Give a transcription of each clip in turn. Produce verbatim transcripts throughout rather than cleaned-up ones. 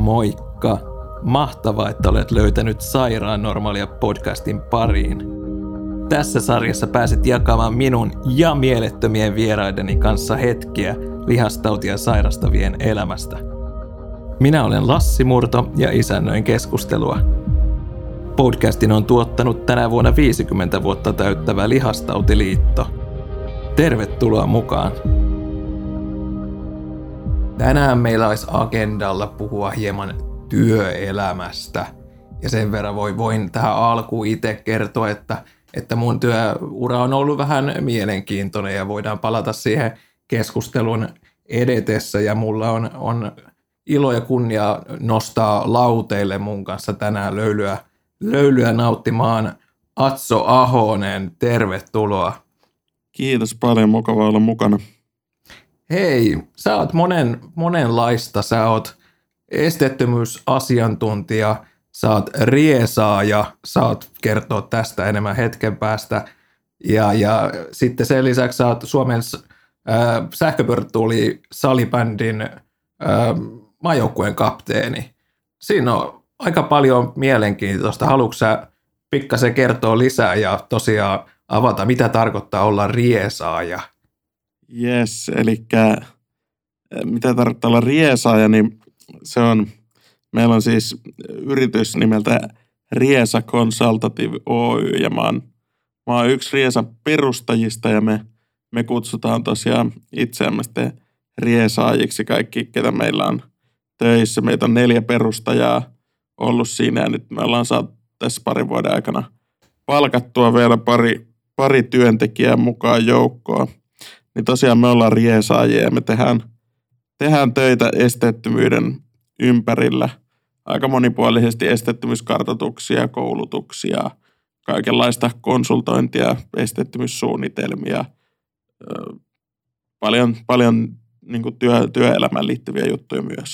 Moikka! Mahtavaa, että olet löytänyt Sairaan normaalia podcastin pariin. Tässä sarjassa pääset jakamaan minun ja mielettömien vieraideni kanssa hetkiä lihastautia sairastavien elämästä. Minä olen Lassi Murto ja isännöin keskustelua. Podcastin on tuottanut tänä vuonna viisikymmentä vuotta täyttävä Lihastautiliitto. Tervetuloa mukaan! Tänään meillä olisi agendalla puhua hieman työelämästä. Ja sen verran voin tähän alkuun itse kertoa, että, että mun työura on ollut vähän mielenkiintoinen ja voidaan palata siihen keskustelun edetessä. Ja mulla on, on ilo ja kunnia nostaa lauteille mun kanssa tänään löylyä, löylyä nauttimaan Atso Ahonen. Tervetuloa. Kiitos paljon, mukava olla mukana. Hei, sä oot monen, monenlaista. Sä oot esteettömyysasiantuntija, sä oot riesaaja, saat kertoa tästä enemmän hetken päästä. Ja, ja sitten sen lisäksi sä oot Suomen äh, sähköpyörätuoli salibändin äh, maajoukkueen kapteeni. Siinä on aika paljon mielenkiintoista. Haluatko sä pikkasen kertoa lisää ja tosiaan avata, mitä tarkoittaa olla riesaaja? Jes, eli mitä tarkoittaa olla riesaaja, niin se on, meillä on siis yritys nimeltä Riesa Consultative Oy, ja mä oon, mä oon yksi Riesan perustajista, ja me, me kutsutaan tosiaan itseämme sitten riesaajiksi kaikki, ketä meillä on töissä. Meitä on neljä perustajaa ollut siinä, ja nyt me ollaan saatu tässä parin vuoden aikana palkattua vielä pari, pari työntekijää mukaan joukkoon. Niin tosiaan me ollaan riesaajia ja me tehdään, tehdään töitä esteettömyyden ympärillä. Aika monipuolisesti esteettömyyskartoituksia, koulutuksia, kaikenlaista konsultointia, esteettömyyssuunnitelmia. Paljon, paljon niin kuin työ, työelämään liittyviä juttuja myös.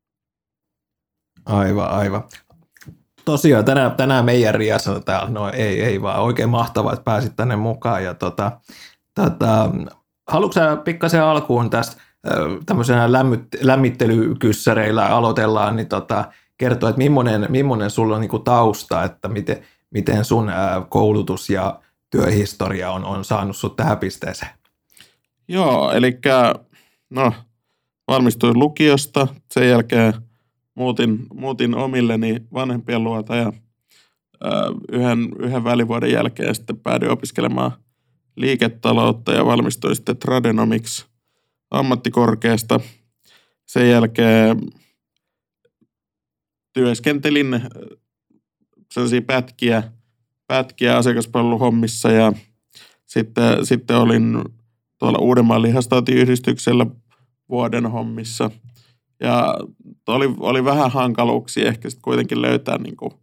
Aivan, aivan. Tosiaan tänään, tänään meidän riesana täällä, no ei, ei vaan, oikein mahtavaa, että pääsit tänne mukaan. Ja tota, tota, haluatko sä pikkasen alkuun tästä tämmöisenä lämmittelykyssäreillä aloitellaan, niin tota, kertoa, että millainen, millainen sulla on niinku tausta, että miten, miten sun koulutus ja työhistoria on, on saanut sut tähän pisteeseen? Joo, eli no, valmistuin lukiosta, sen jälkeen muutin, muutin omilleni vanhempien luota ja yhden, yhden välivuoden jälkeen sitten päädyin opiskelemaan liiketaloutta ja valmistuin sitten Tradenomics ammattikorkeasta. Sen jälkeen työskentelin sellaisia pätkiä, pätkiä asiakaspalveluhommissa ja sitten, sitten olin tuolla Uudenmaan lihastautiyhdistyksellä vuoden hommissa. Ja oli, oli vähän hankaluuksia ehkä sitten kuitenkin löytää, niin kuin,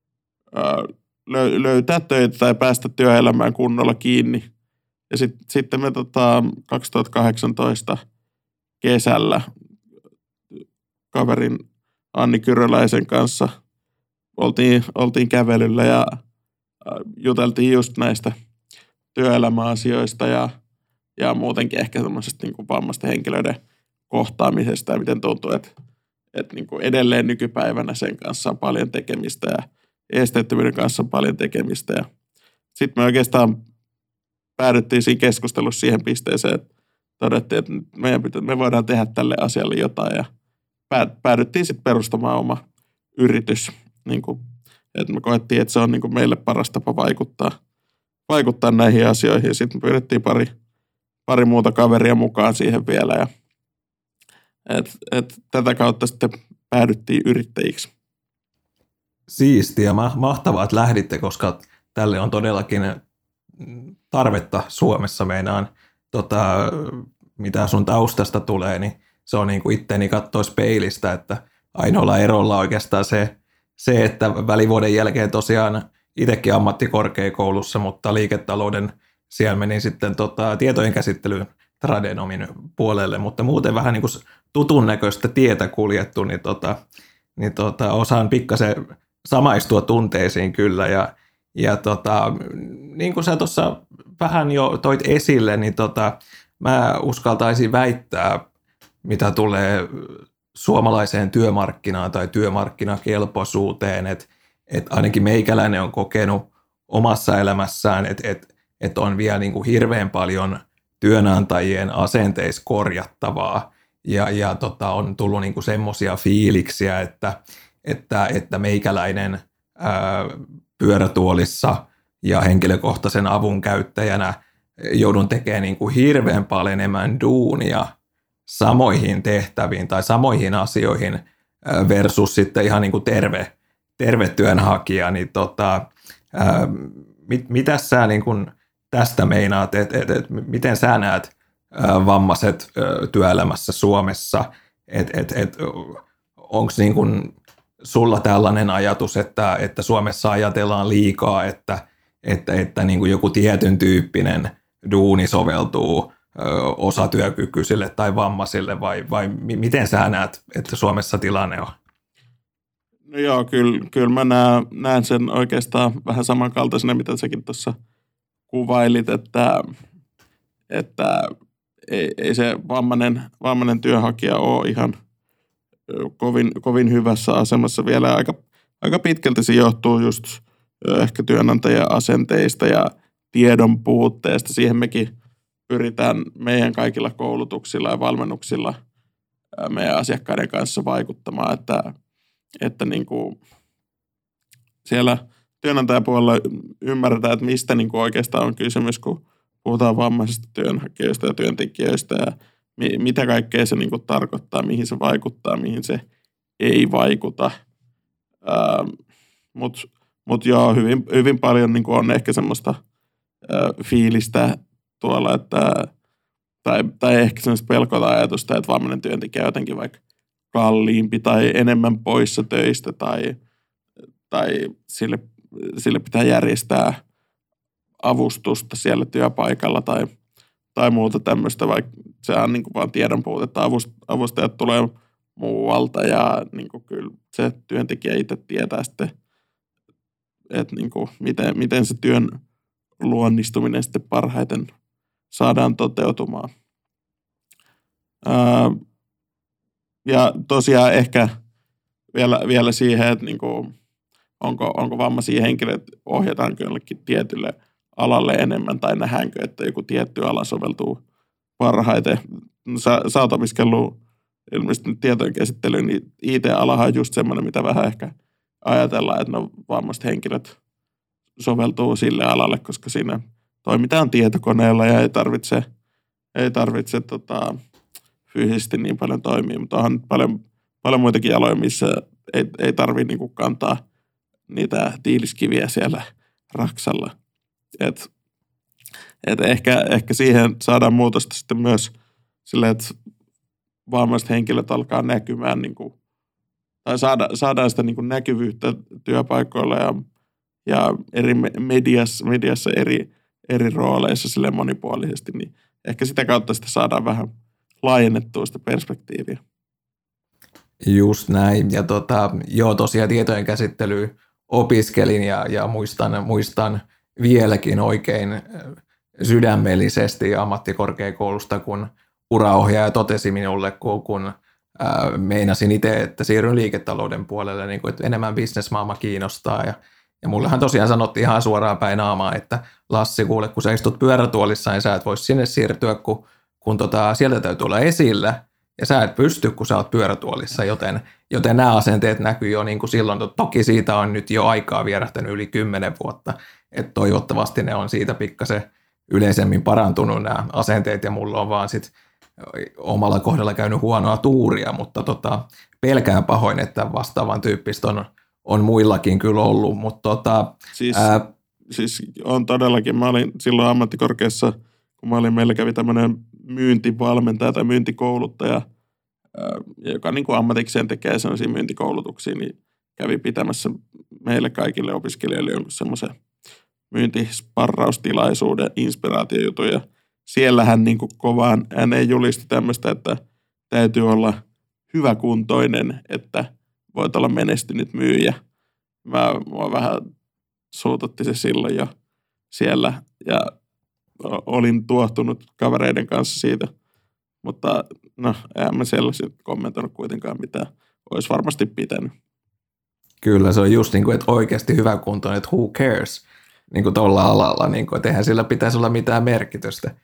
löytää töitä tai päästä työelämään kunnolla kiinni. Ja sit, sitten me tota, kaksituhattakahdeksantoista kesällä kaverin Anni Kyröläisen kanssa oltiin, oltiin kävelyllä ja juteltiin just näistä työelämäasioista ja, ja muutenkin ehkä semmoisesta niin kuin vammaisten henkilöiden kohtaamisesta ja miten tuntuu, että, että niin kuin edelleen nykypäivänä sen kanssa on paljon tekemistä ja esteettömyyden kanssa on paljon tekemistä. Ja sitten me oikeastaan päädyttiin siinä keskustelussa siihen pisteeseen, että todettiin, että meidän pitää, me voidaan tehdä tälle asialle jotain ja päädyttiin sitten perustamaan oma yritys. Niin kuin, että me koettiin, että se on niin kuin meille paras tapa vaikuttaa, vaikuttaa näihin asioihin. Sitten me pyydettiin pari, pari muuta kaveria mukaan siihen vielä ja et, et, tätä kautta sitten päädyttiin yrittäjiksi. Siistiä, mahtavaa, että lähditte, koska tälle on todellakin tarvetta Suomessa. Meinaan, tota, mitä sun taustasta tulee, niin se on niin kuin itteni katsoisi peilistä, että ainoalla erolla oikeastaan se, se, että välivuoden jälkeen tosiaan itsekin ammattikorkeakoulussa, mutta liiketalouden siellä meni sitten tota, tietojen käsittelyyn Tradenomin puolelle, mutta muuten vähän niin kuin tutun näköistä tietä kuljettu, niin, tota, niin tota, osaan pikkasen samaistua tunteisiin kyllä. Ja, ja tota, niin kuin sä tuossa vähän jo toit esille, niin tota, mä uskaltaisin väittää, mitä tulee suomalaiseen työmarkkinaan tai työmarkkinakelpoisuuteen, että et ainakin meikäläinen on kokenut omassa elämässään, että et, et on vielä niin kuin hirveän paljon työnantajien asenteissa korjattavaa ja, ja tota, on tullut niin kuin semmoisia fiiliksiä, että, että, että meikäläinen ää, pyörätuolissa ja henkilökohtaisen avun käyttäjänä joudun tekemään niin kuin hirveän paljon enemmän duunia samoihin tehtäviin tai samoihin asioihin versus sitten ihan niin kuin terve, terve työnhakija, niin tota, ää, mit, mitä sä niin kuin tästä meinaat, että et, et, miten sä näet ää, vammaiset ää, työelämässä Suomessa, että et, et, onko niin kuin sulla tällainen ajatus, että, että Suomessa ajatellaan liikaa, että, että, että niin kuin joku tietyn tyyppinen duuni soveltuu osatyökykyisille tai vammaisille, vai, vai miten sä näet, että Suomessa tilanne on? No joo, kyllä, kyllä mä näen, näen sen oikeastaan vähän samankaltaisena, mitä säkin tuossa kuvailit, että, että ei, ei se vammainen, vammainen työnhakija ole ihan kovin, kovin hyvässä asemassa vielä. Aika, aika pitkälti se johtuu just ehkä työnantajien asenteista ja tiedon puutteesta. Siihen mekin pyritään meidän kaikilla koulutuksilla ja valmennuksilla meidän asiakkaiden kanssa vaikuttamaan, että, että niin kuin siellä työnantajapuolella ymmärretään, että mistä niin kuin oikeastaan on kysymys, kun puhutaan vammaisista työnhakijoista ja työntekijöistä ja mi, mitä kaikkea se niin kuin tarkoittaa, mihin se vaikuttaa, mihin se ei vaikuta. Ähm, Mutta mut joo, hyvin, hyvin paljon niin kuin on ehkä semmoista äh, fiilistä tuolla, että, tai, tai ehkä semmoista pelkoa tai ajatusta, että vammainen työntekijä on jotenkin vaikka kalliimpi tai enemmän poissa töistä tai, tai sille, sille pitää järjestää avustusta siellä työpaikalla tai, tai muuta tämmöistä, vaikka se on niin kuin vaan tiedon puutetta. Avustajat tulee muualta ja niin kuin kyllä se työntekijä itse tietää sitten, että niin kuin miten, miten se työn luonnistuminen sitten parhaiten saadaan toteutumaan. Ää, ja tosiaan ehkä vielä, vielä siihen, että niin kuin, onko, onko vammaisia henkilöitä, ohjataanko jollekin tietylle alalle enemmän tai nähdäänkö, että joku tietty ala soveltuu parhaiten. Sä, sä oot opiskellut ilmeisesti nyt tietojen käsittelyyn, niin I T-alahan on just semmoinen, mitä vähän ehkä ajatellaan, että no vammaiset henkilöt soveltuu sille alalle, koska siinä toimitaan tietokoneella ja ei tarvitse, ei tarvitse tota, fyysisesti niin paljon toimia, mutta on paljon, paljon muitakin aloja, missä ei, ei tarvitse niinku kantaa niitä tiiliskiviä siellä raksalla. Et, et ehkä, ehkä siihen saadaan muutosta sitten myös silleen, että vammaiset henkilöt alkaa näkymään, niinku, tai saada, saadaan sitä niinku näkyvyyttä työpaikoilla ja, ja eri mediassa, mediassa eri, eri rooleissa sille monipuolisesti, niin ehkä sitä kautta sitä saadaan vähän laajennettua sitä perspektiiviä. Just näin. Ja tota, joo, tosiaan tietojen käsittelyä opiskelin ja, ja muistan, muistan vieläkin oikein sydämellisesti ammattikorkeakoulusta, kun uraohjaaja totesi minulle, kun, kun ää, meinasin itse, että siirryn liiketalouden puolelle, niin kuin, että enemmän bisnesmaailma kiinnostaa. Ja, ja mullehan tosiaan sanottiin ihan suoraan päin naamaa, että Lassi, kuule, kun sä istut pyörätuolissa, niin sä et voi sinne siirtyä, kun, kun tota, sieltä täytyy olla esillä. Ja sä et pysty, kun sä oot pyörätuolissa, joten, joten nämä asenteet näkyy jo niin kuin silloin. Toki siitä on nyt jo aikaa vierähtänyt yli kymmenen vuotta, että toivottavasti ne on siitä pikkasen yleisemmin parantunut nämä asenteet, ja mulla on vaan sit omalla kohdalla käynyt huonoa tuuria, mutta tota, pelkään pahoin, että vastaavan tyyppistä on, on muillakin kyllä ollut. Mutta tota, siis, ää... siis on todellakin, mä olin silloin ammattikorkeassa, kun mä olin, meillä kävi tämmöinen myyntivalmentaja tai myyntikouluttaja, joka niin kuin ammatikseen tekee sellaisia myyntikoulutuksia, niin kävi pitämässä meille kaikille opiskelijoille jonkun semmoisen myyntisparraustilaisuuden, inspiraatiojutun. Ja siellä hän niin kuin kovaan ääneen julisti tämmöistä, että täytyy olla hyväkuntoinen, että voit olla menestynyt myyjä. Mä, mä vähän suututti se silloin jo siellä ja olin tuohtunut kavereiden kanssa siitä. mutta no, eihän mä sellaisia kommentoinut kuitenkaan mitään. Olisi varmasti pitänyt. Kyllä, se on just niin kuin, että oikeasti hyvä kuntoinen, että who cares, niin kuin tuolla alalla, niin kuin, että eihän sillä pitäisi olla mitään merkitystä.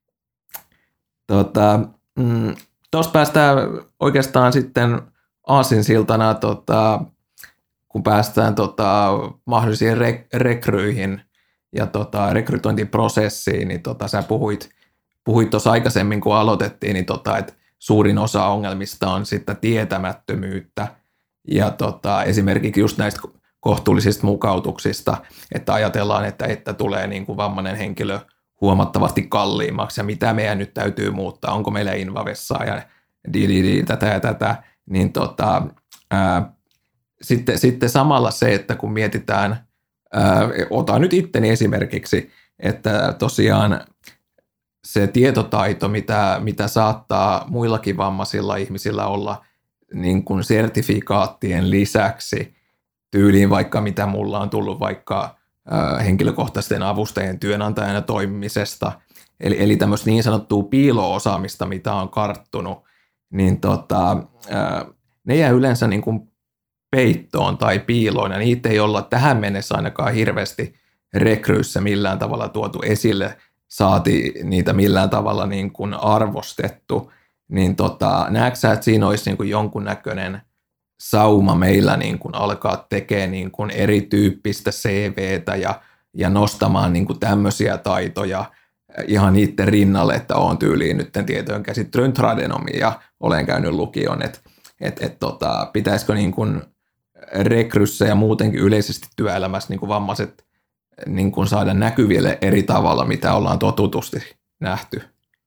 Tuosta mm, päästään oikeastaan sitten aasinsiltana, tota, kun päästään tota, mahdollisiin re- rekryihin ja tota, rekrytointiprosessiin, niin tota, sä puhuit puhuit tuossa aikaisemmin, kun aloitettiin, niin tota, että suurin osa ongelmista on sitten tietämättömyyttä ja tota, esimerkiksi just näistä kohtuullisista mukautuksista, että ajatellaan, että, että tulee niin kuin vammainen henkilö huomattavasti kalliimmaksi ja mitä meidän nyt täytyy muuttaa, onko meillä invavessaa ja di, di, di, tätä ja tätä, niin tota, ää, sitten, sitten samalla se, että kun mietitään, ää, otan nyt itteni esimerkiksi, että tosiaan se tietotaito, mitä, mitä saattaa muillakin vammaisilla ihmisillä olla niin kuin sertifikaattien lisäksi tyyliin vaikka mitä mulla on tullut vaikka äh, henkilökohtaisten avustajien työnantajana toimimisesta, eli, eli tämmöistä niin sanottua piilo-osaamista, mitä on karttunut, niin tota, äh, ne jää yleensä niin kuin peittoon tai piiloon, ja niitä ei olla tähän mennessä ainakaan hirveästi rekryissä millään tavalla tuotu esille, saati niitä millään tavalla niin kuin arvostettu, niin tota, näetkö sä, että siinä olisi niin kuin jonkunnäköinen sauma meillä niin kuin alkaa tekemään niin kuin erityyppistä C V:tä ja, ja nostamaan niin kuin tämmöisiä taitoja ihan niiden rinnalle, että on tyyliin nyt tietojen käsittelyn tradenomi ja olen käynyt lukion, että et, et, tota, pitäisikö niin kuin rekryssä ja muutenkin yleisesti työelämässä niin kuin vammaiset niin kuin saada näkyville eri tavalla, mitä ollaan totutusti nähty.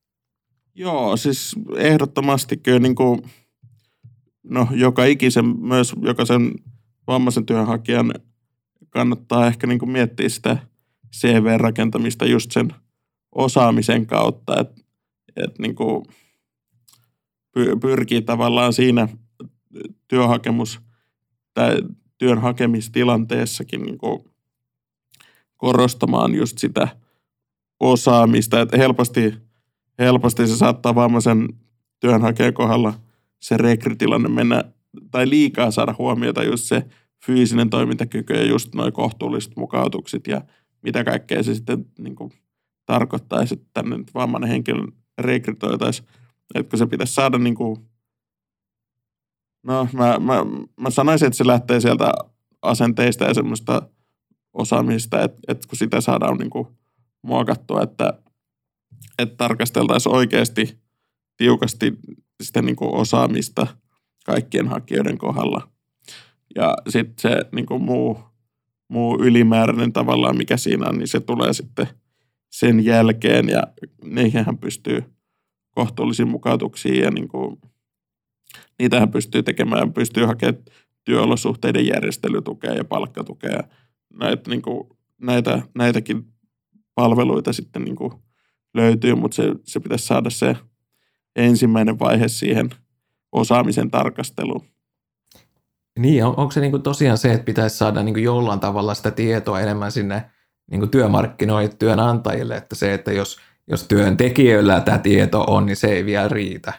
Joo, siis ehdottomasti kyllä niin kuin, no, joka ikisen, myös jokaisen vammaisen työnhakijan kannattaa ehkä niin kuin miettiä sitä C V-rakentamista just sen osaamisen kautta, että et niin kuin pyrkii tavallaan siinä työhakemus- tai työn hakemistilanteessakin niin kuin korostamaan just sitä osaamista, että helposti, helposti se saattaa vammaisen työnhakijan kohdalla se rekrytilanne mennä, tai liikaa saada huomiota just se fyysinen toimintakyky ja just nuo kohtuulliset mukautukset ja mitä kaikkea se sitten niin kuin tarkoittaisi, että tänne vammainen henkilö rekrytoitaisiin, että se pitäisi saada niin kuin, no mä, mä, mä sanoisin, että se lähtee sieltä asenteista ja semmoista osaamista, että, että kun sitä saadaan niin kuin muokattua, että, että tarkasteltaisiin oikeasti tiukasti sitä niin kuin osaamista kaikkien hakijoiden kohdalla. Ja sitten se niin kuin muu, muu ylimääräinen tavallaan, mikä siinä on, niin se tulee sitten sen jälkeen. Ja niihinhän pystyy kohtuullisiin mukautuksiin ja niin kuin, niitähän pystyy tekemään, pystyy hakemaan työolosuhteiden järjestelytukea ja palkkatukea. Näitä, niin kuin, näitä, näitäkin palveluita sitten niin kuin löytyy, mutta se, se pitäisi saada se ensimmäinen vaihe siihen osaamisen tarkasteluun. Niin, on, onko se niin kuin tosiaan se, että pitäisi saada niin kuin jollain tavalla sitä tietoa enemmän sinne niin kuin työmarkkinoille, työnantajille, että se, että jos, jos työntekijöillä tämä tieto on, niin se ei vielä riitä.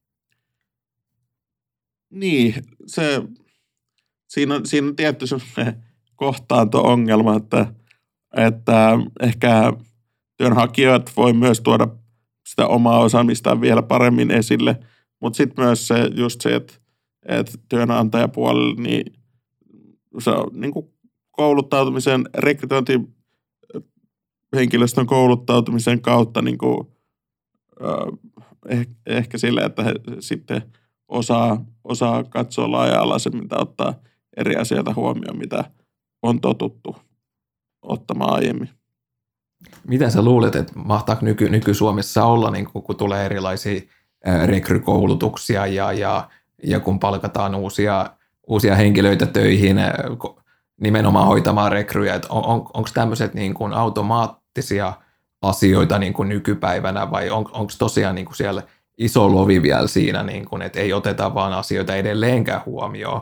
Niin, se, siinä, on, siinä on tietty sellainen kohtaanto-ongelma, että, että ehkä työnhakijat voi myös tuoda sitä omaa osaamistaan vielä paremmin esille, mutta sitten myös se, just se, että, että työnantajapuolella niin se on niin kuin kouluttautumisen, rekrytointihenkilöstön kouluttautumisen kautta niin kuin, eh, ehkä sillä, että he sitten osaa, osaa katsoa laaja-alaisemmin tai ottaa eri asioita huomioon, mitä on totuttu ottamaan aiemmin. Mitä sä luulet, että mahtaako nyky, nyky-Suomessa olla, niin kun, kun tulee erilaisia rekrykoulutuksia ja, ja, ja kun palkataan uusia, uusia henkilöitä töihin nimenomaan hoitamaan rekryjä, että on, on, onko tämmöiset niin kuin automaattisia asioita niin kuin nykypäivänä vai on, onko tosiaan niin kuin siellä iso lovi vielä siinä, niin kuin, että ei oteta vaan asioita edelleenkään huomioon?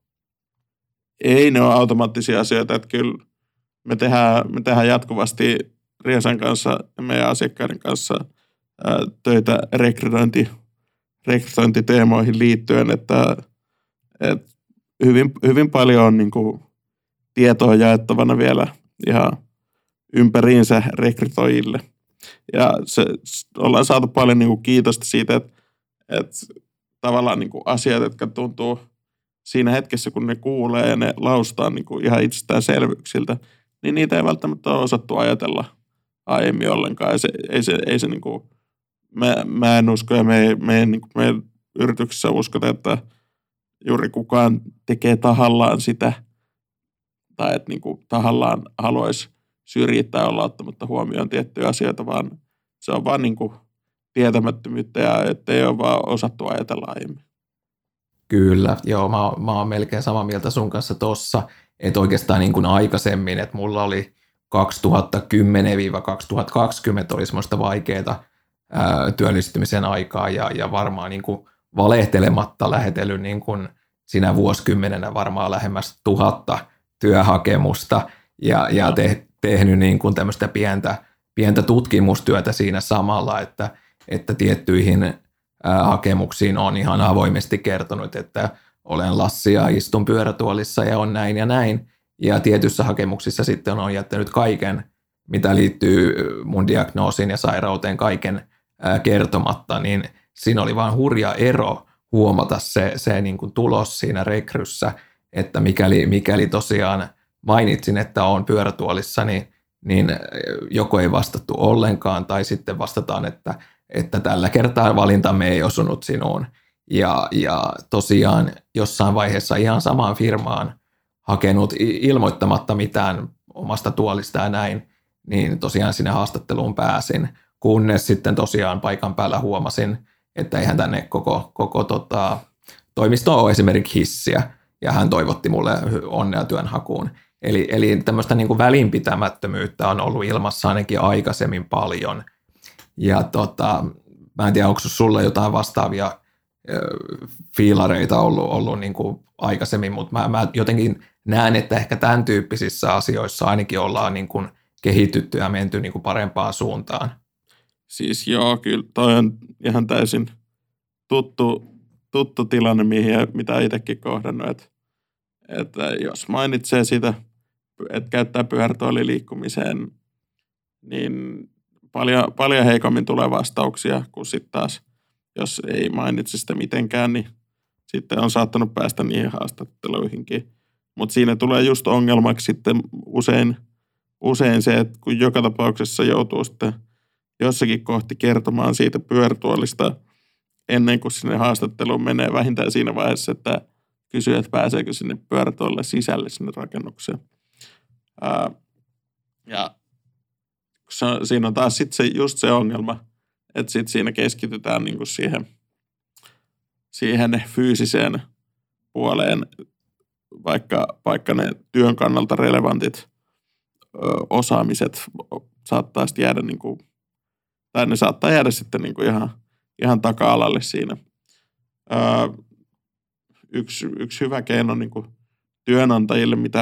Ei ne ole automaattisia asioita, että kyllä me tehdään, me tehdään jatkuvasti Riesan kanssa ja meidän asiakkaiden kanssa ää, töitä rekrytointi rekrytointiteemoihin liittyen, että, että hyvin, hyvin paljon on niin kuin tietoa jaettavana vielä ihan ympäriinsä rekrytoijille. Ja se, ollaan saatu paljon niin kuin kiitosta siitä, että, että tavallaan niin kuin asiat, jotka tuntuu siinä hetkessä, kun ne kuulee ja ne laustaa niin kuin ihan itsestäänselvyyksiltä, niin niitä ei välttämättä ole osattu ajatella aiemmin ollenkaan. Ja se, ei se, ei se niin kuin, mä, mä en usko ja me ei, me ei niin kuin meidän yrityksessä uskota, että juuri kukaan tekee tahallaan sitä, tai että niin kuin tahallaan haluaisi syrjittää olla ottamatta huomioon tiettyjä asioita, vaan se on vaan niin kuin tietämättömyyttä ja ettei ole vaan osattu ajatella aiemmin. Kyllä, joo, mä, mä oon melkein samaa mieltä sun kanssa tossa, että oikeastaan niin kuin aikaisemmin, että mulla oli kaksituhattakymmenen kaksituhattakaksikymmentä oli semmoista vaikeaa ää, työllistymisen aikaa ja, ja varmaan niin kuin valehtelematta lähetellyt niin kuin sinä vuosikymmenenä varmaan lähemmäs tuhatta työhakemusta ja, ja te, tehnyt niin kuin tämmöistä pientä, pientä tutkimustyötä siinä samalla, että, että tiettyihin ää, hakemuksiin on ihan avoimesti kertonut, että olen Lassi ja istun pyörätuolissa ja on näin ja näin. Ja tietyissä hakemuksissa sitten on jättänyt kaiken, mitä liittyy mun diagnoosiin ja sairauteen, kaiken ää, kertomatta, niin siinä oli vaan hurja ero huomata se, se niin kuin tulos siinä rekryssä, että mikäli, mikäli tosiaan mainitsin, että olen pyörätuolissa, niin, niin joko ei vastattu ollenkaan tai sitten vastataan, että, että tällä kertaa valintamme ei osunut sinuun. Ja, ja tosiaan jossain vaiheessa ihan samaan firmaan hakenut ilmoittamatta mitään omasta tuolista ja näin, niin tosiaan sinne haastatteluun pääsin, kunnes sitten tosiaan paikan päällä huomasin, että eihän tänne koko, koko tota, toimisto ole esimerkiksi hissiä, ja hän toivotti mulle onnea työnhakuun. Eli, eli tämmöistä niin kuin välinpitämättömyyttä on ollut ilmassa ainakin aikaisemmin paljon. Ja tota, mä en tiedä, onko sulla jotain vastaavia ö, fiilareita ollut, ollut niin kuin aikaisemmin, mutta mä, mä jotenkin näen, että ehkä tämän tyyppisissä asioissa ainakin ollaan niin kuin kehitytty ja menty niin kuin parempaan suuntaan. Siis joo, kyllä toi on ihan täysin tuttu, tuttu tilanne, mihin, mitä itsekin kohdannut, että, että jos mainitsee sitä, että käyttää pyörätuolin liikkumiseen, niin paljon, paljon heikommin tulee vastauksia, kuin sitten taas, jos ei mainitse sitä mitenkään, niin sitten on saattanut päästä niihin haastatteluihinkin. Mutta siinä tulee just ongelmaksi sitten usein, usein se, että kun joka tapauksessa joutuu sitten jossakin kohti kertomaan siitä pyörätuolista ennen kuin sinne haastatteluun menee vähintään siinä vaiheessa, että kysyy, että pääseekö sinne pyörätuolille sisälle sinne rakennukseen. Ää, ja se, siinä on taas sitten se, just se ongelma, että sitten siinä keskitytään niinku siihen, siihen fyysiseen puoleen, vaikka, vaikka ne työn kannalta relevantit ö, osaamiset saattaa sitten jäädä niinku, tai ne saattaa jäädä sitten niinku ihan, ihan taka-alalle siinä. Ö, yksi, yksi hyvä keino niinku työnantajille, mitä,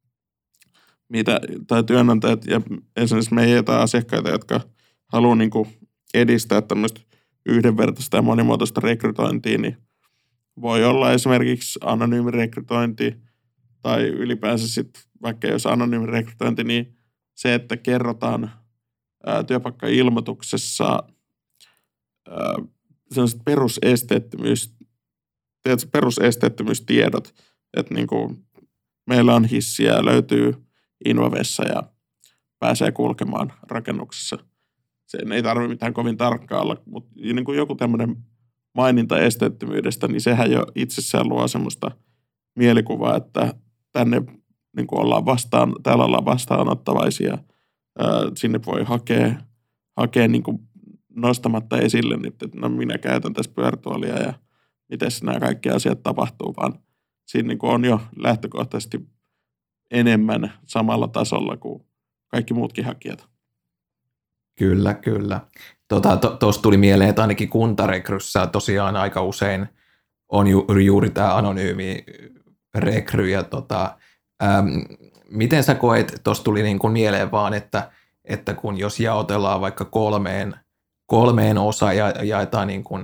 mitä, tai työnantajat ja esimerkiksi meidän jotain asiakkaita, jotka haluaa niinku edistää tämmöistä yhdenvertaista ja monimuotoista rekrytointia, niin voi olla esimerkiksi anonyymi rekrytointi tai ylipäänsä sitten, vaikka jos anonyymi rekrytointi, niin se, että kerrotaan ää, työpaikka-ilmoituksessa ää, sellaiset perusesteettömyys, tiedätkö, perusesteettömyystiedot, että niin kuin meillä on hissiä, löytyy invavessa ja pääsee kulkemaan rakennuksessa. Sen ei tarvitse mitään kovin tarkkaa olla, mutta niin kuin joku tämmöinen maininta esteettömyydestä, niin sehän jo itsessään luo semmoista mielikuvaa, että tänne niin kuin ollaan vastaan, täällä ollaan vastaanottavaisia. Ää, sinne voi hakea, hakea niin kuin nostamatta esille, että no minä käytän tässä pyörätuolia ja miten nämä kaikki asiat tapahtuu, vaan siinä niin kuin on jo lähtökohtaisesti enemmän samalla tasolla kuin kaikki muutkin hakijat. Kyllä, kyllä. Tuosta to, tuli mieleen, että ainakin kuntarekryssä tosiaan aika usein on ju, juuri tämä anonyymi rekry. Ja tota, äm, miten sä koet, tuossa tuli niin kuin mieleen vaan, että, että kun jos jaotellaan vaikka kolmeen, kolmeen osaan ja jaetaan niin kuin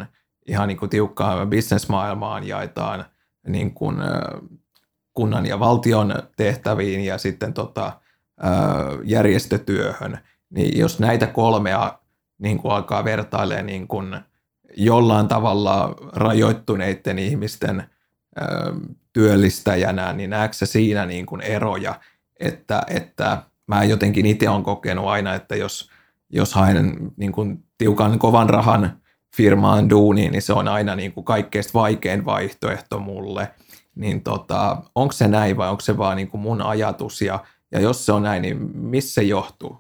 ihan niin kuin tiukkaan bisnesmaailmaan, jaetaan niin kuin kunnan ja valtion tehtäviin ja sitten tota, järjestötyöhön, niin jos näitä kolmea niin kuin alkaa vertailemaan niin kuin jollain tavalla rajoittuneiden ihmisten työllistäjänä, niin näetkö sä siinä niin kuin eroja, että, että mä jotenkin itse olen kokenut aina, että jos, jos haen niin kuin tiukan kovan rahan firmaan duuniin, niin se on aina niin kuin kaikkein vaikein vaihtoehto mulle. Niin tota, onko se näin vai onko se vaan niin kuin mun ajatus ja, ja jos se on näin, niin missä se johtuu?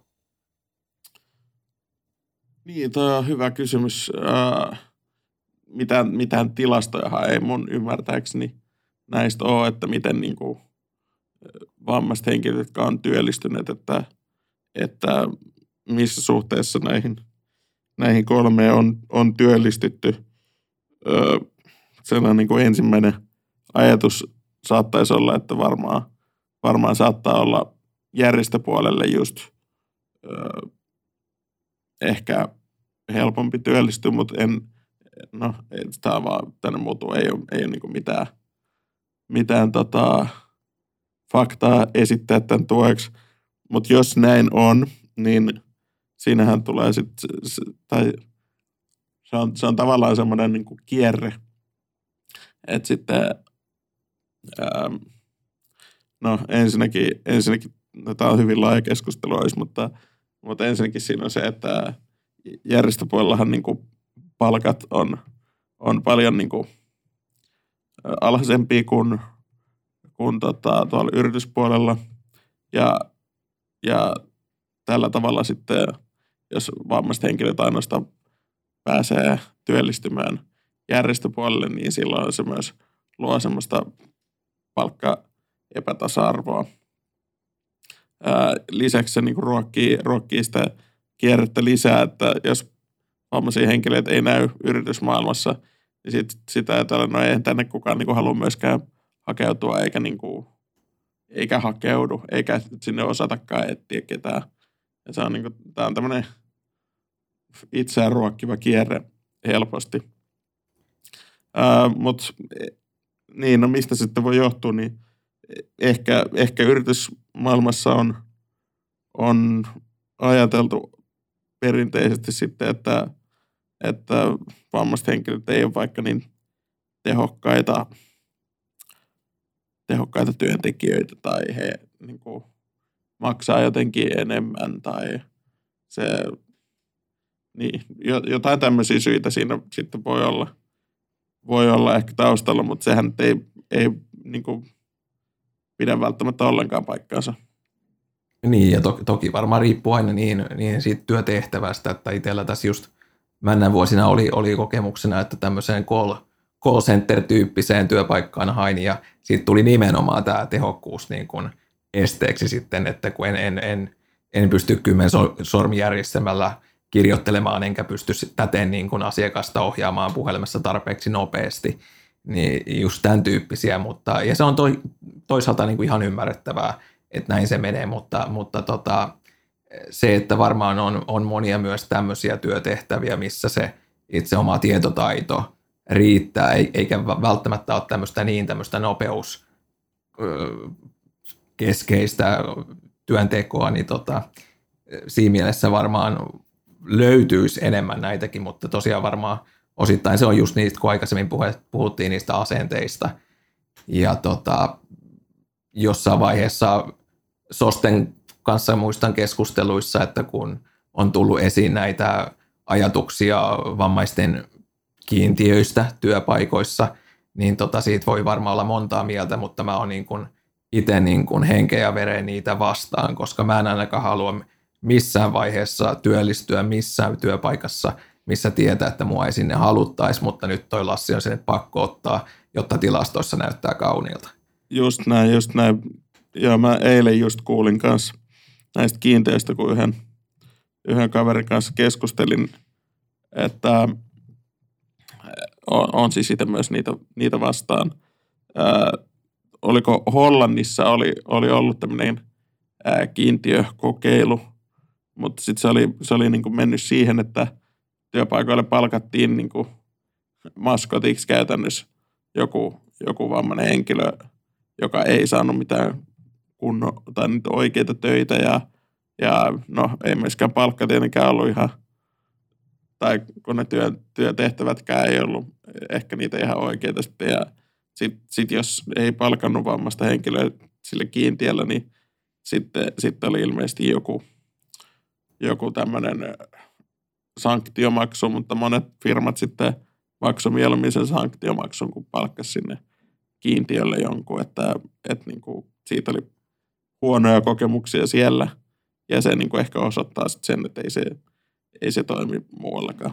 Niin, toi on hyvä kysymys. Äh, mitään, mitään tilastojahan ei mun ymmärtääkseni näistä ole, että miten niin kuin vammaiset henkilöt, jotka on työllistyneet, että, että missä suhteessa näihin, näihin kolmeen on, on työllistytty. Öö, sellainen niin kuin ensimmäinen ajatus saattaisi olla, että varmaan, varmaan saattaa olla järjestöpuolelle just öö, ehkä helpompi työllistyä, mutta en, no, tämä vaan tänne muutuu, ei ole, ei ole niin kuin mitään, mitään tota, faktaa esittää tämän tueksi, mutta jos näin on, niin siinähän tulee sitten, tai se on, se on tavallaan semmoinen niin kuin kierre, että sitten, ää, no ensinnäkin, ensinnäkin no, tämä on hyvin laaja keskustelu olisi, mutta, mutta ensinnäkin siinä on se, että järjestöpuolellahan niin kuin palkat on, on paljon niin kuin alhaisempia kuin, kuin tota, tuolla yrityspuolella. Ja, ja tällä tavalla sitten, jos vammaiset henkilöt ainoastaan pääsee työllistymään järjestöpuolelle, niin silloin se myös luo semmoista palkkaepätasa-arvoa. Ää, lisäksi se niin kuin ruokkii, ruokkii sitä kierrettä lisää, että jos vammaisia henkilöitä ei näy yritysmaailmassa, niin sit, sitä ajatellaan, no ei tänne kukaan niin kuin halua myöskään hakeutua, eikä, niin kuin, eikä hakeudu, eikä sinne osatakaan etsiä ketään. Ja se on, niin kuin, tämä on tämmöinen itseään ruokkiva kierre helposti. Mutta niin, no mistä se sitten voi johtua, niin ehkä, ehkä yritysmaailmassa on, on ajateltu perinteisesti sitten, että, että vammaiset henkilöt ei ole vaikka niin tehokkaita, tehokkaita työntekijöitä tai he niin kuin, maksaa jotenkin enemmän tai se, niin, jotain tämmöisiä syitä siinä sitten voi olla, voi olla ehkä taustalla, mutta sehän ei, ei niin kuin, pidä välttämättä ollenkaan paikkaansa. Niin, ja to, toki varmaan riippuu aina niin, niin siitä työtehtävästä, että itsellä tässä just männän vuosina oli, oli kokemuksena, että tämmöiseen call, call center-tyyppiseen työpaikkaan hain, ja siitä tuli nimenomaan tämä tehokkuus niin kuin esteeksi sitten, että kun en, en, en, en pysty kymmen sormijärjestelmällä kirjoittelemaan, enkä pysty täten niin kuin asiakasta ohjaamaan puhelimessa tarpeeksi nopeasti, niin just tämän tyyppisiä, mutta, ja se on toi, toisaalta niin kuin ihan ymmärrettävää, että näin se menee, mutta, mutta tota, se, että varmaan on, on monia myös tämmöisiä työtehtäviä, missä se itse oma tietotaito riittää, eikä välttämättä ole tämmöistä niin tämmöistä nopeuskeskeistä työntekoa, niin tota, siinä mielessä varmaan löytyisi enemmän näitäkin, mutta tosiaan varmaan osittain se on just niistä, kun aikaisemmin puhuttiin niistä asenteista, ja tota, jossain vaiheessa Sosten kanssa muistan keskusteluissa, että kun on tullut esiin näitä ajatuksia vammaisten kiintiöistä työpaikoissa, niin tota, siitä voi varmaan olla montaa mieltä, mutta mä oon niin kuin itse niin kuin henkeä ja veren niitä vastaan, koska mä en ainakaan halua missään vaiheessa työllistyä missään työpaikassa, missä tietää, että mua ei sinne haluttaisi, mutta nyt toi Lassi on sinne pakko ottaa, jotta tilastoissa näyttää kauniilta. Just näin, just näin. Ja mä eilen just kuulin kanssa näistä kiinteistä, kun yhden, yhden kaverin kanssa keskustelin, että on, on siis itse myös niitä, niitä vastaan. Ää, oliko Hollannissa oli, oli ollut tämmöinen ää, kiintiökokeilu, mutta sitten se oli, se oli niin kuin mennyt siihen, että työpaikoille palkattiin niin kuin maskotiksi käytännössä joku, joku vammainen henkilö, joka ei saanut mitään kunnon tai niitä oikeita töitä ja, ja no ei myöskään palkka tietenkään ollut ihan, tai kun ne työ, työtehtävätkään ei ollut ehkä niitä ihan oikeita sitten ja sitten sit jos ei palkannut vammaista henkilöä sille kiintiöllä, niin sitten, sitten oli ilmeisesti joku, joku tämmöinen sanktiomaksu, mutta monet firmat sitten maksoi mieluummin sen sanktiomaksun, kun palkkasi sinne kiintiölle jonkun, että, että niin kuin siitä oli huonoja kokemuksia siellä, ja se niin kuin ehkä osoittaa sitten sen, että ei se, ei se toimi muuallakaan.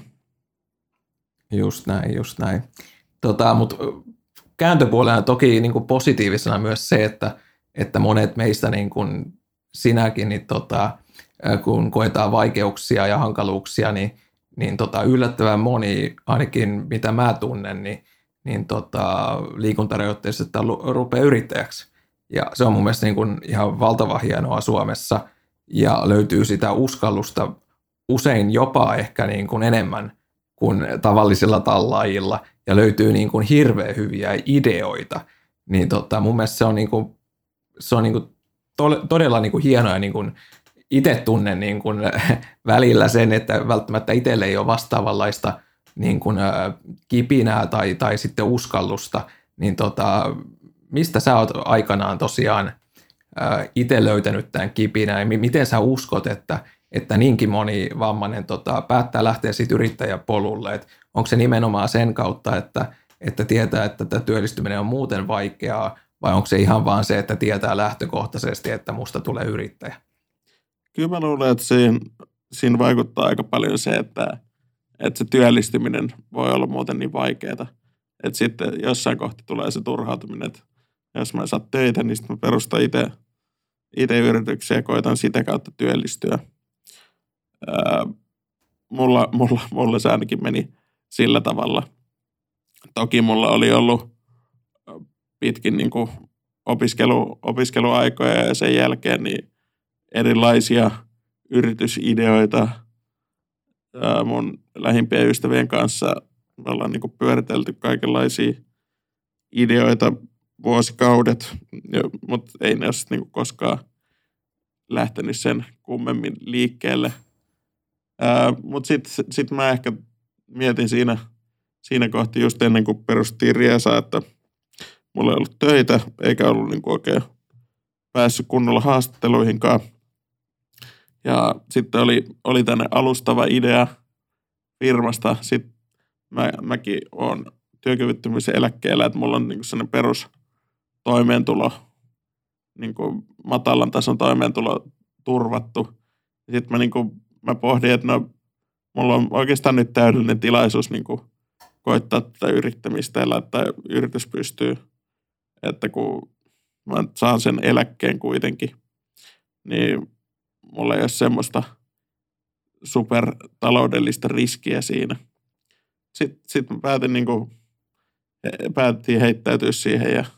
Just näin, just näin. Tota, mutta kääntöpuolena toki niin kuin positiivisena myös se, että, että monet meistä, niin kuin sinäkin, niin tota, kun koetaan vaikeuksia ja hankaluuksia, niin, niin tota, yllättävän moni, ainakin mitä mä tunnen, niin, niin tota, liikuntarajoitteisesti rupeaa yrittäjäksi. Ja se on mun mielestä niin kuin ihan valtavan hienoa Suomessa ja löytyy sitä uskallusta usein jopa ehkä niin kuin enemmän kuin tavallisilla tallaajilla ja löytyy niin kuin hirveän hyviä ideoita. Niin tota, mun mielestä se on, niin kuin, se on niin kuin todella niin kuin hienoa ja niin kuin itse tunnen niin kuin välillä sen, että välttämättä itselle ei ole vastaavanlaista niin kuin kipinää tai, tai sitten uskallusta, niin tota, mistä sä oot aikanaan tosiaan itse löytänyt tämän kipinän ja miten sä uskot, että, että niinkin moni vammainen tota, päättää lähteä siitä yrittäjäpolulle, että onko se nimenomaan sen kautta, että, että tietää, että tämä työllistyminen on muuten vaikeaa, vai onko se ihan vaan se, että tietää lähtökohtaisesti, että musta tulee yrittäjä? Kyllä mä luulen, että siinä, siinä vaikuttaa aika paljon se, että, että se työllistyminen voi olla muuten niin vaikeaa. Että sitten jossain kohti tulee se turhautuminen, että jos mä en saa töitä, niin sitten mä perustan itse, itse yrityksiä ja koitan sitä kautta työllistyä. Ää, mulla, mulla, mulla se ainakin meni sillä tavalla. Toki mulla oli ollut pitkin niin kuin opiskelu, opiskeluaikoja ja sen jälkeen niin erilaisia yritysideoita ää, mun lähimpien ystävien kanssa. Me ollaan niin kuin pyöritelty kaikenlaisia ideoita vuosikaudet, mutta ei ne ole niin kuin koskaan lähtenyt sen kummemmin liikkeelle. Mutta sitten sit mä ehkä mietin siinä, siinä kohti just ennen kuin perustettiin Riesa, että mulla ei ollut töitä eikä ollut niin kuin oikein päässyt kunnolla haastatteluihinkaan. Ja sitten oli, oli tänne alustava idea firmasta. Sitten mä, mäkin olen työkyvyttömyyseläkkeellä, että mulla on niin kuin sellainen perustoimeentulo, niin kuin matalan tason toimeentulo turvattu. Sitten mä, niin kuin, mä pohdin, että no, mulla on oikeastaan nyt täydellinen tilaisuus niin kuin koittaa tätä yrittämistä ja laittaa yritys pystyy, että kun mä saan sen eläkkeen kuitenkin, niin mulla ei ole semmoista supertaloudellista riskiä siinä. Sitten, sitten mä päätin niin kuin, päätettiin heittäytyä siihen ja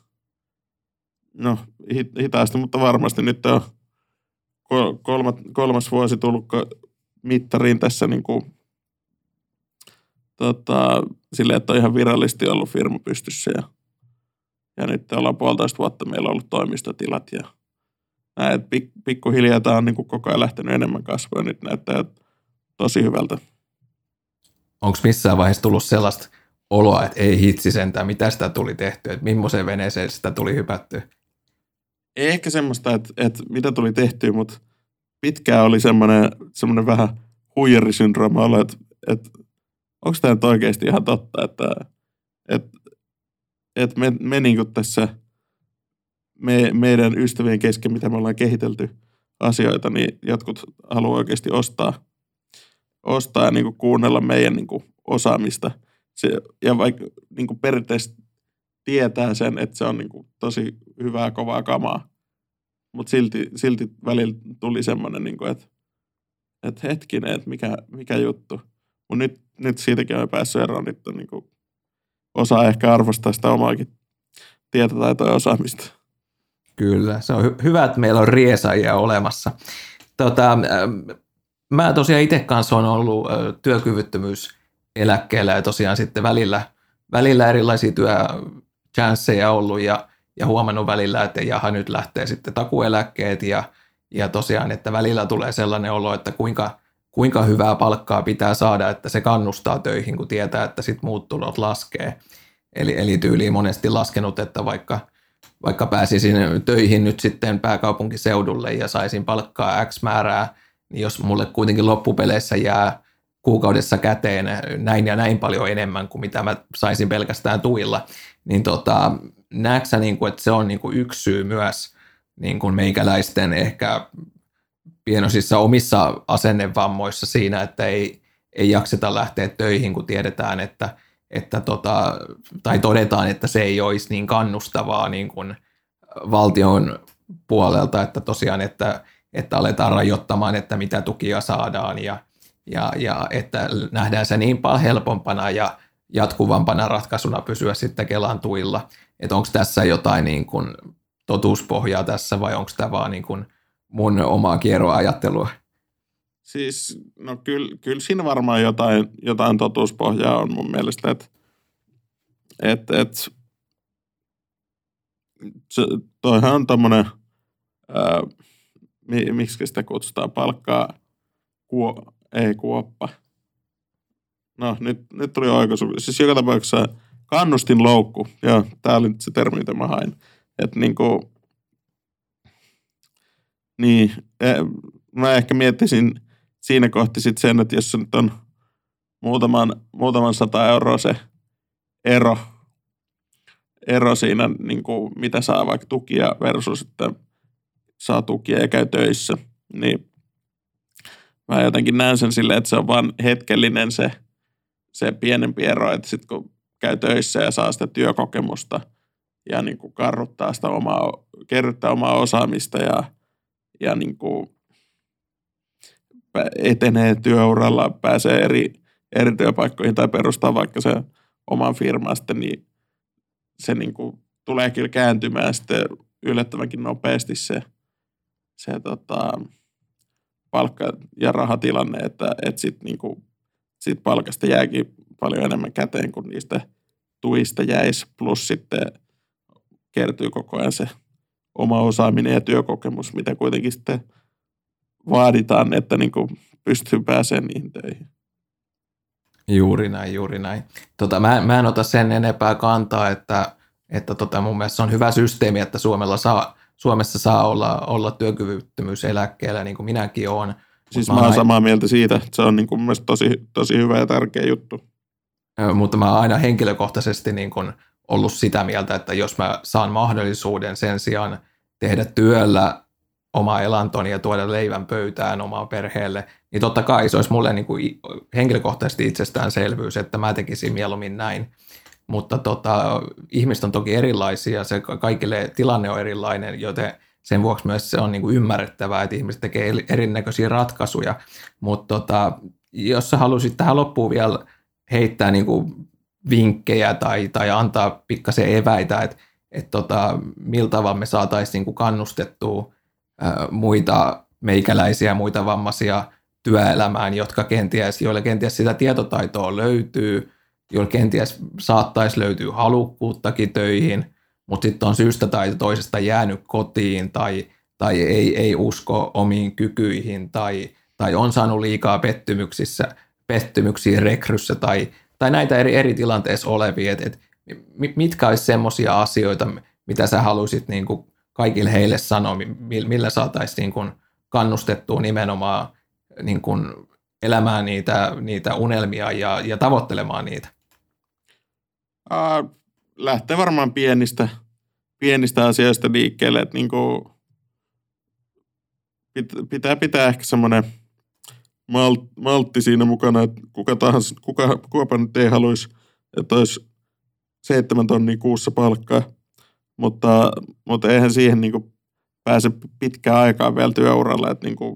no hitaasti, mutta varmasti nyt on kolmas, kolmas vuosi tullut mittariin tässä niin kuin, tota, silleen, että on ihan virallisesti ollut firma pystyssä ja, ja nyt ollaan puolitoista vuotta meillä on ollut toimistotilat ja näin, että pik, pikkuhiljaa tämä on niin kuin koko ajan lähtenyt enemmän kasvua ja nyt näyttää tosi hyvältä. Onko missään vaiheessa tullut sellaista oloa, että ei hitsi sentään, mitä sitä tuli tehtyä, että millaiseen veneeseen sitä tuli hypättyä? Ei ehkä semmoista, että, että mitä tuli tehtyä, mutta pitkään oli semmoinen, semmoinen vähän huijarisyndrooma olla, että, että onko tämä nyt oikeasti ihan totta, että, että, että me, me niin kuin tässä me, meidän ystävien kesken, mitä me ollaan kehitelty asioita, niin jotkut haluaa oikeasti ostaa, ostaa ja niin kuin kuunnella meidän niin kuin osaamista. Se, ja vaikka niin kuin perinteisesti tietää sen, että se on niin kuin tosi hyvää, kovaa kamaa, mutta silti, silti välillä tuli semmoinen, niin kuin, että, että hetkinen, että mikä, mikä juttu. Mutta nyt, nyt siitäkin on päässyt eroon, nyt on, niin kuin, osaa ehkä arvostaa sitä omaakin tietotaitoa ja osaamista. Kyllä, se on hy- hyvä, että meillä on riesaajia olemassa. Tota, äh, mä tosiaan itse kanssa olen ollut äh, työkyvyttömyyseläkkeellä ja tosiaan sitten välillä välillä erilaisia työchanceja ollut ja, ja huomannut välillä, että jaha, nyt lähtee sitten takueläkkeet ja, ja tosiaan, että välillä tulee sellainen olo, että kuinka, kuinka hyvää palkkaa pitää saada, että se kannustaa töihin, kun tietää, että sitten muut tulot laskee. Eli, eli tyyliin monesti laskenut, että vaikka, vaikka pääsisin töihin nyt sitten pääkaupunkiseudulle ja saisin palkkaa X määrää, niin jos mulle kuitenkin loppupeleissä jää kuukaudessa käteen näin ja näin paljon enemmän kuin mitä mä saisin pelkästään tuilla, niin tota, näetkö sä, niin kuin, että se on niin kuin yksi syy myös niin kuin meikäläisten ehkä pienosissa omissa asennevammoissa siinä, että ei, ei jakseta lähteä töihin, kun tiedetään, että, että tota, tai todetaan, että se ei olisi niin kannustavaa niin kuin valtion puolelta, että tosiaan, että, että aletaan rajoittamaan, että mitä tukia saadaan ja, ja, ja että nähdään se niin paljon helpompana ja jatkuvampana ratkaisuna pysyä sitten Kelan tuilla. Että onko tässä jotain niin kuin totuuspohjaa tässä vai onko tämä vaan niin kuin mun omaa kierroajattelua? Siis, no kyllä, kyllä siinä varmaan jotain, jotain totuuspohjaa on mun mielestä, että et, et, se, toihan on tommonen, ää, mi, miksi sitä kutsutaan, palkkaa, kuo, ei kuoppa. No nyt, nyt tuli oikaisu. Siis joka tapauksessa kannustinloukku, joo, tää oli se termi, mitä mä hain. Että niinku, niin, mä ehkä miettisin siinä kohti sit sen, että jos se nyt on muutaman, muutaman sata euroa se ero, ero siinä, niin kuin mitä saa vaikka tukia versus, että saa tukia ja käy töissä, niin mä jotenkin näen sen silleen, että se on vaan hetkellinen se, se pienempi ero, että sitten kun käy töissä ja saa sitä työkokemusta ja niin kuin karruttaa sitä omaa, kerryttää omaa osaamista ja, ja niin kuin etenee työuralla, pääsee eri, eri työpaikkoihin tai perustaa vaikka se oman firman sitten, niin se niin kuin tulee kyllä kääntymään sitten yllättävänkin nopeasti se, se tota, palkka- ja rahatilanne, että, että sitten niin kuin, sit palkasta jääkin paljon enemmän käteen kuin niistä tuista jäisi, plus sitten kertyy koko ajan se oma osaaminen ja työkokemus, mitä kuitenkin sitten vaaditaan, että niin kuin pystyy pääsemään niihin töihin. Juuri näin, juuri näin. Tota, mä, mä en ota sen enempää kantaa, että, että tota, mun mielestä se on hyvä systeemi, että Suomella saa, Suomessa saa olla, olla työkyvyttömyyseläkkeellä, niin kuin minäkin olen. Siis mä, mä oon samaa aina mieltä siitä, että se on niin kuin mun mielestä tosi, tosi hyvä ja tärkeä juttu. Mutta mä oon aina henkilökohtaisesti niin kuin ollut sitä mieltä, että jos mä saan mahdollisuuden sen sijaan tehdä työllä oma elantoni ja tuoda leivän pöytään omaan perheelle, niin totta kai se olisi mulle niin kuin henkilökohtaisesti itsestäänselvyys, että mä tekisin mieluummin näin. Mutta tota, ihmiset on toki erilaisia, se kaikille tilanne on erilainen, joten sen vuoksi myös se on niin kuin ymmärrettävää, että ihmiset tekee erinäköisiä ratkaisuja. Mutta tota, jos sä haluaisit tähän loppuun vielä heittää niin kuin vinkkejä tai, tai antaa pikkasen eväitä, että et tota, millä tavalla me saataisiin niin kuin kannustettua ää, muita meikäläisiä, muita vammaisia työelämään, jotka kenties, joille kenties sitä tietotaitoa löytyy, joille kenties saattaisi löytyä halukkuuttakin töihin, mutta sitten on syystä tai toisesta jäänyt kotiin tai, tai ei, ei usko omiin kykyihin tai, tai on saanut liikaa pettymyksissä, pettymyksiä rekryssä tai, tai näitä eri, eri tilanteissa olevia, että et, mitkä olisi semmoisia asioita, mitä sä haluaisit niin kuin kaikille heille sanoa, millä saataisiin niin kuin kannustettua nimenomaan niin kuin elämään niitä, niitä unelmia ja, ja tavoittelemaan niitä? Uh, lähtee varmaan pienistä, pienistä asioista liikkeelle, että niin kuin pitää pitää ehkä semmoinen maltti siinä mukana, että kuka tahansa, kuka, kuka nyt ei haluaisi, että olisi seitsemän tonnia kuussa palkkaa, mutta, mutta eihän siihen niin kuin pääse pitkään aikaa vielä työuralla, että niin kuin,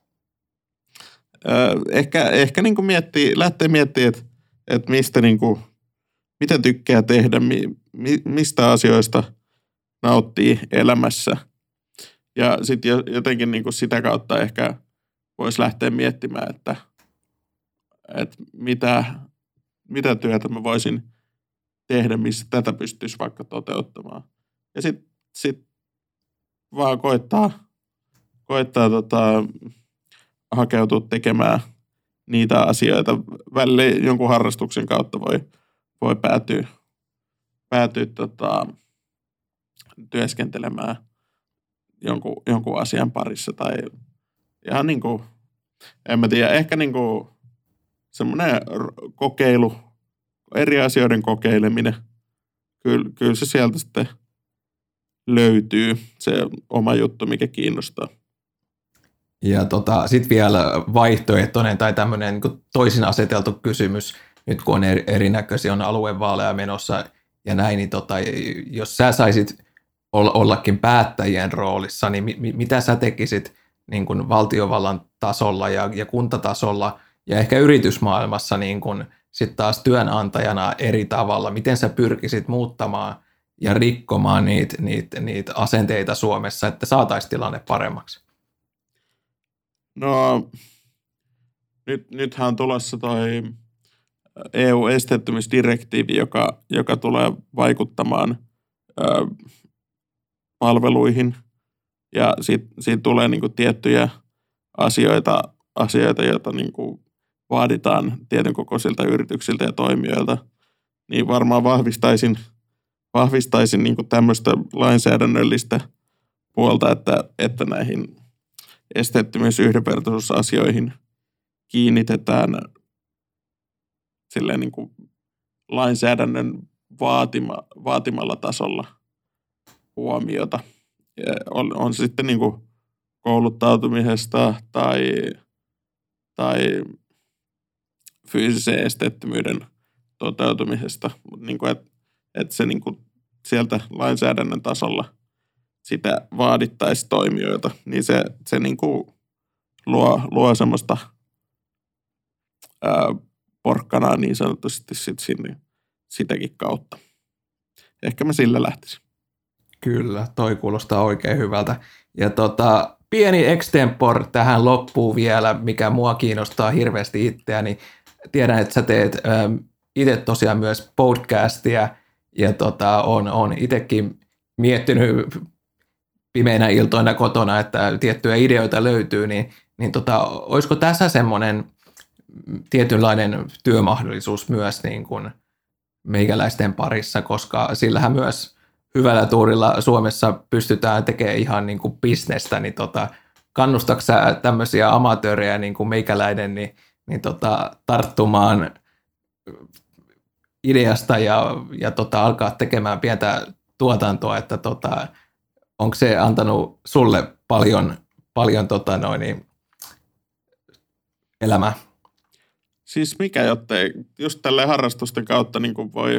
äh, ehkä, ehkä niin kuin miettii, lähtee miettimään, että, että mistä niin kuin, mitä tykkää tehdä, mi, mi, mistä asioista nauttii elämässä. Ja sitten jotenkin niin kuin sitä kautta ehkä voisi lähteä miettimään, että, että mitä, mitä työtä mä voisin tehdä, missä tätä pystyisi vaikka toteuttamaan. Ja sitten sit vaan koittaa, koittaa tota, hakeutua tekemään niitä asioita. Välillä jonkun harrastuksen kautta voi, voi päätyä, päätyä tota, työskentelemään jonkun, jonkun asian parissa. Tai ihan niin kuin, en mä tiedä, ehkä niin kuin semmoinen kokeilu, eri asioiden kokeileminen. Kyllä, kyllä se sieltä sitten löytyy, se oma juttu, mikä kiinnostaa. Ja tota, sitten vielä vaihtoehtoinen tai tämmöinen niin toisin aseteltu kysymys, nyt kun on erinäköisiä, on aluevaaleja menossa ja näin, niin tota, jos sä saisit ollakin päättäjien roolissa, niin mi- mitä sä tekisit niin kuin valtiovallan tasolla ja, ja kuntatasolla ja ehkä yritysmaailmassa niin kuin sitten taas työnantajana eri tavalla, miten sä pyrkisit muuttamaan ja rikkomaan niitä, niitä, niitä asenteita Suomessa, että saataisiin tilanne paremmaksi? No, nyt, nythän on tulossa toi E U-esteettömyysdirektiivi, joka, joka tulee vaikuttamaan ö, palveluihin. Ja siitä, siitä tulee niinku tiettyjä asioita, asioita joita niinku vaaditaan tietyn kokoisilta yrityksiltä ja toimijoilta. Niin varmaan vahvistaisin, vahvistaisin niinku tämmöistä lainsäädännöllistä puolta, että, että näihin esteettömyys- ja yhdenvertaisuusasioihin kiinnitetään silleen niin kuin lainsäädännön vaatima, vaatimalla tasolla huomiota. Ja on, on sitten niin kuin kouluttautumisesta tai, tai fyysisen esteettömyyden toteutumisesta, mutta niin että et se niin kuin sieltä lainsäädännön tasolla sitä vaadittaisi toimijoita, niin se, se niin kuin luo, luo semmoista ää, porkkanaa niin sanotusti sit sinne, sitäkin kautta. Ehkä mä sillä lähtisin. Kyllä, toi kuulostaa oikein hyvältä. Ja tota, pieni extempor tähän loppuun vielä, mikä mua kiinnostaa hirveästi itseäni. Tiedän, että sä teet ähm, itse tosiaan myös podcastia, ja tota, on, on itsekin miettinyt pimeinä iltoina kotona, että tiettyjä ideoita löytyy, niin, niin tota, olisiko tässä semmoinen tietynlainen työmahdollisuus myös niin kuin meikäläisten parissa, koska sillähän myös hyvällä tuurilla Suomessa pystytään tekemään ihan niin kuin bisnestä, niin tota, kannustatko sä tämmöisiä amatöörejä niin kuin meikäläinen niin, niin tota, tarttumaan ideasta ja, ja tota, alkaa tekemään pientä tuotantoa, että tota, onko se antanut sulle paljon, paljon tota noin, elämää? Siis mikä, jottei just tälleen harrastusten kautta niin kuin voi,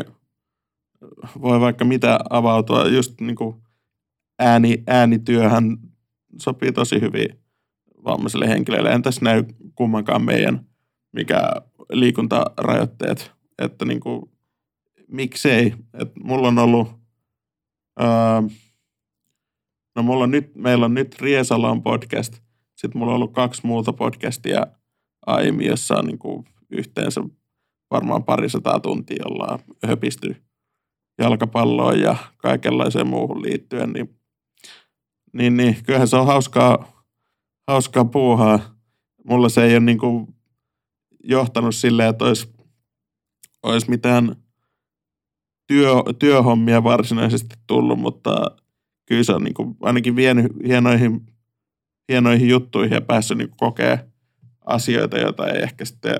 voi vaikka mitä avautua. Just niin kuin ääni, äänityöhän sopii tosi hyvin vammaisille henkilöille. En tässä näy kummankaan meidän mikä liikuntarajoitteet. Että niin kuin, miksei. Et mulla on ollut, ää, no mulla on nyt, meillä on nyt Riesalla on podcast. Sitten mulla on ollut kaksi muuta podcastia aiemmin, jossa on niin kuin yhteensä varmaan parisataa tuntia ollaan höpisty jalkapalloon ja kaikenlaiseen muuhun liittyen, niin, niin, niin kyllähän se on hauskaa, hauskaa puuhaa. Mulla se ei ole niin kuin johtanut silleen, että olisi, olisi mitään työ, työhommia varsinaisesti tullut, mutta kyllä se on niin kuin ainakin vienyt hienoihin, hienoihin juttuihin ja päässyt niin kuin kokemaan asioita, joita ei ehkä sitten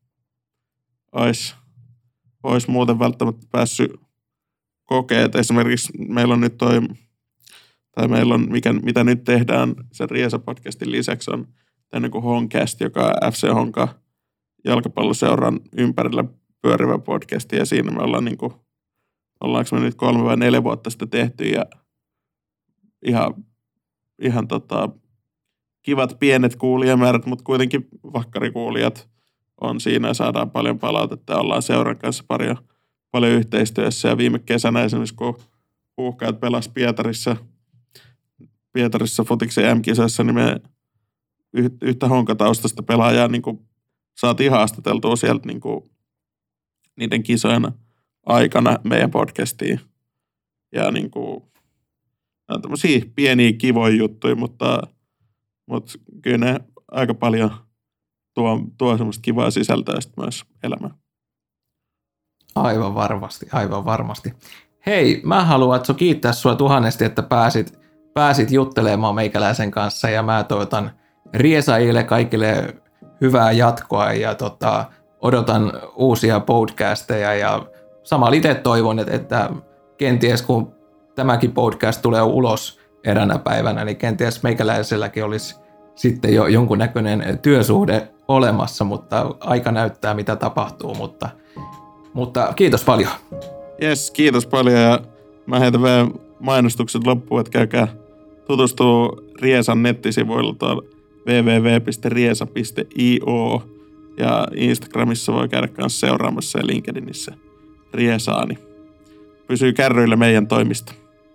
olisi, olisi muuten välttämättä päässyt kokemaan. Esimerkiksi meillä on nyt toi, tai meillä on, mikä, mitä nyt tehdään sen Riesa-podcastin lisäksi, on tämmöinen kuin Honcast, joka on F C Honka jalkapalloseuran ympärillä pyörivä podcast, ja siinä me ollaan niin kuin, ollaanko me nyt kolme vai neljä vuotta sitä tehty, ja ihan, ihan tota, kivat pienet kuulijamäärät, mutta kuitenkin vakkarikuulijat on siinä ja saadaan paljon palautetta ja ollaan seuran kanssa paljon, paljon yhteistyössä. Ja viime kesänä esimerkiksi, kun Huuhkajat pelasi Pietarissa, Pietarissa futiksen M-kisoissa, niin me yhtä honkataustasta pelaajaa niin kuin saatiin haastateltua sieltä niin kuin niiden kisojen aikana meidän podcastiin. Ja niin kuin, on tämmöisiä pieniä kivoja juttuja, mutta, mutta kyllä ne aika paljon tuo, tuo semmoista kivaa sisältöä myös elämään. Aivan varmasti, aivan varmasti. Hei, mä haluan Atso kiittää sua tuhannesti, että pääsit, pääsit juttelemaan meikäläisen kanssa ja mä toivotan riesaajille kaikille hyvää jatkoa ja tota, odotan uusia podcasteja ja samalla itse toivon, että, että kenties kun tämäkin podcast tulee ulos eränä päivänä, niin kenties meikäläiselläkin olisi sitten jo jonkunnäköinen työsuhde olemassa, mutta aika näyttää mitä tapahtuu, mutta, mutta kiitos paljon. Jes, kiitos paljon ja mä heitän vielä mainostukset loppuun, että käykää tutustua Riesan nettisivuilla tuolla double-u double-u double-u piste riesa piste i o ja Instagramissa voi käydä kanssa seuraamassa ja LinkedInissä Riesaa, niin pysyy kärryillä meidän toimista.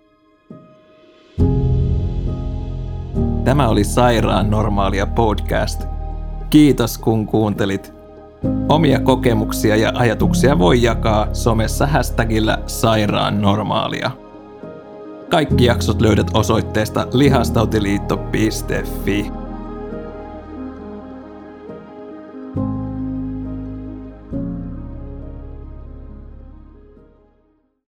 Tämä oli Sairaan normaalia podcast. Kiitos kun kuuntelit. Omia kokemuksia ja ajatuksia voi jakaa somessa hashtagillä Sairaan normaalia. Kaikki jaksot löydät osoitteesta lihastautiliitto piste fi.